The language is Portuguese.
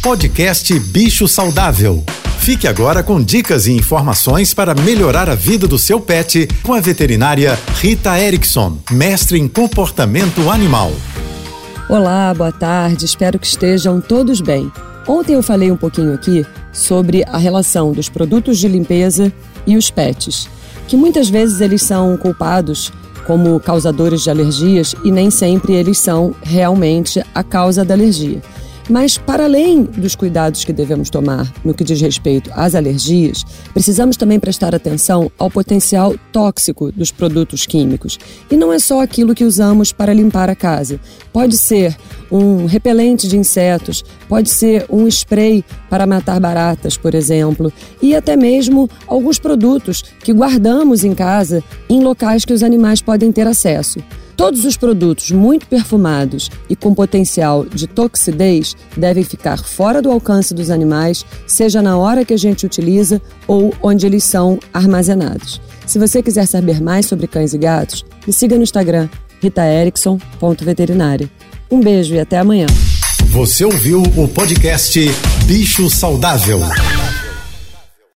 Podcast Bicho Saudável. Fique agora com dicas e informações para melhorar a vida do seu pet com a veterinária Rita Erickson, mestre em comportamento animal. Olá, boa tarde, espero que estejam todos bem. Ontem eu falei um pouquinho aqui sobre a relação dos produtos de limpeza e os pets, que muitas vezes eles são culpados como causadores de alergias e nem sempre eles são realmente a causa da alergia. Mas, para além dos cuidados que devemos tomar no que diz respeito às alergias, precisamos também prestar atenção ao potencial tóxico dos produtos químicos. E não é só aquilo que usamos para limpar a casa. Pode ser um repelente de insetos, pode ser um spray para matar baratas, por exemplo, e até mesmo alguns produtos que guardamos em casa em locais que os animais podem ter acesso. Todos os produtos muito perfumados e com potencial de toxidez devem ficar fora do alcance dos animais, seja na hora que a gente utiliza ou onde eles são armazenados. Se você quiser saber mais sobre cães e gatos, me siga no Instagram, ritaerickson.veterinária. Um beijo e até amanhã. Você ouviu o podcast Bicho Saudável.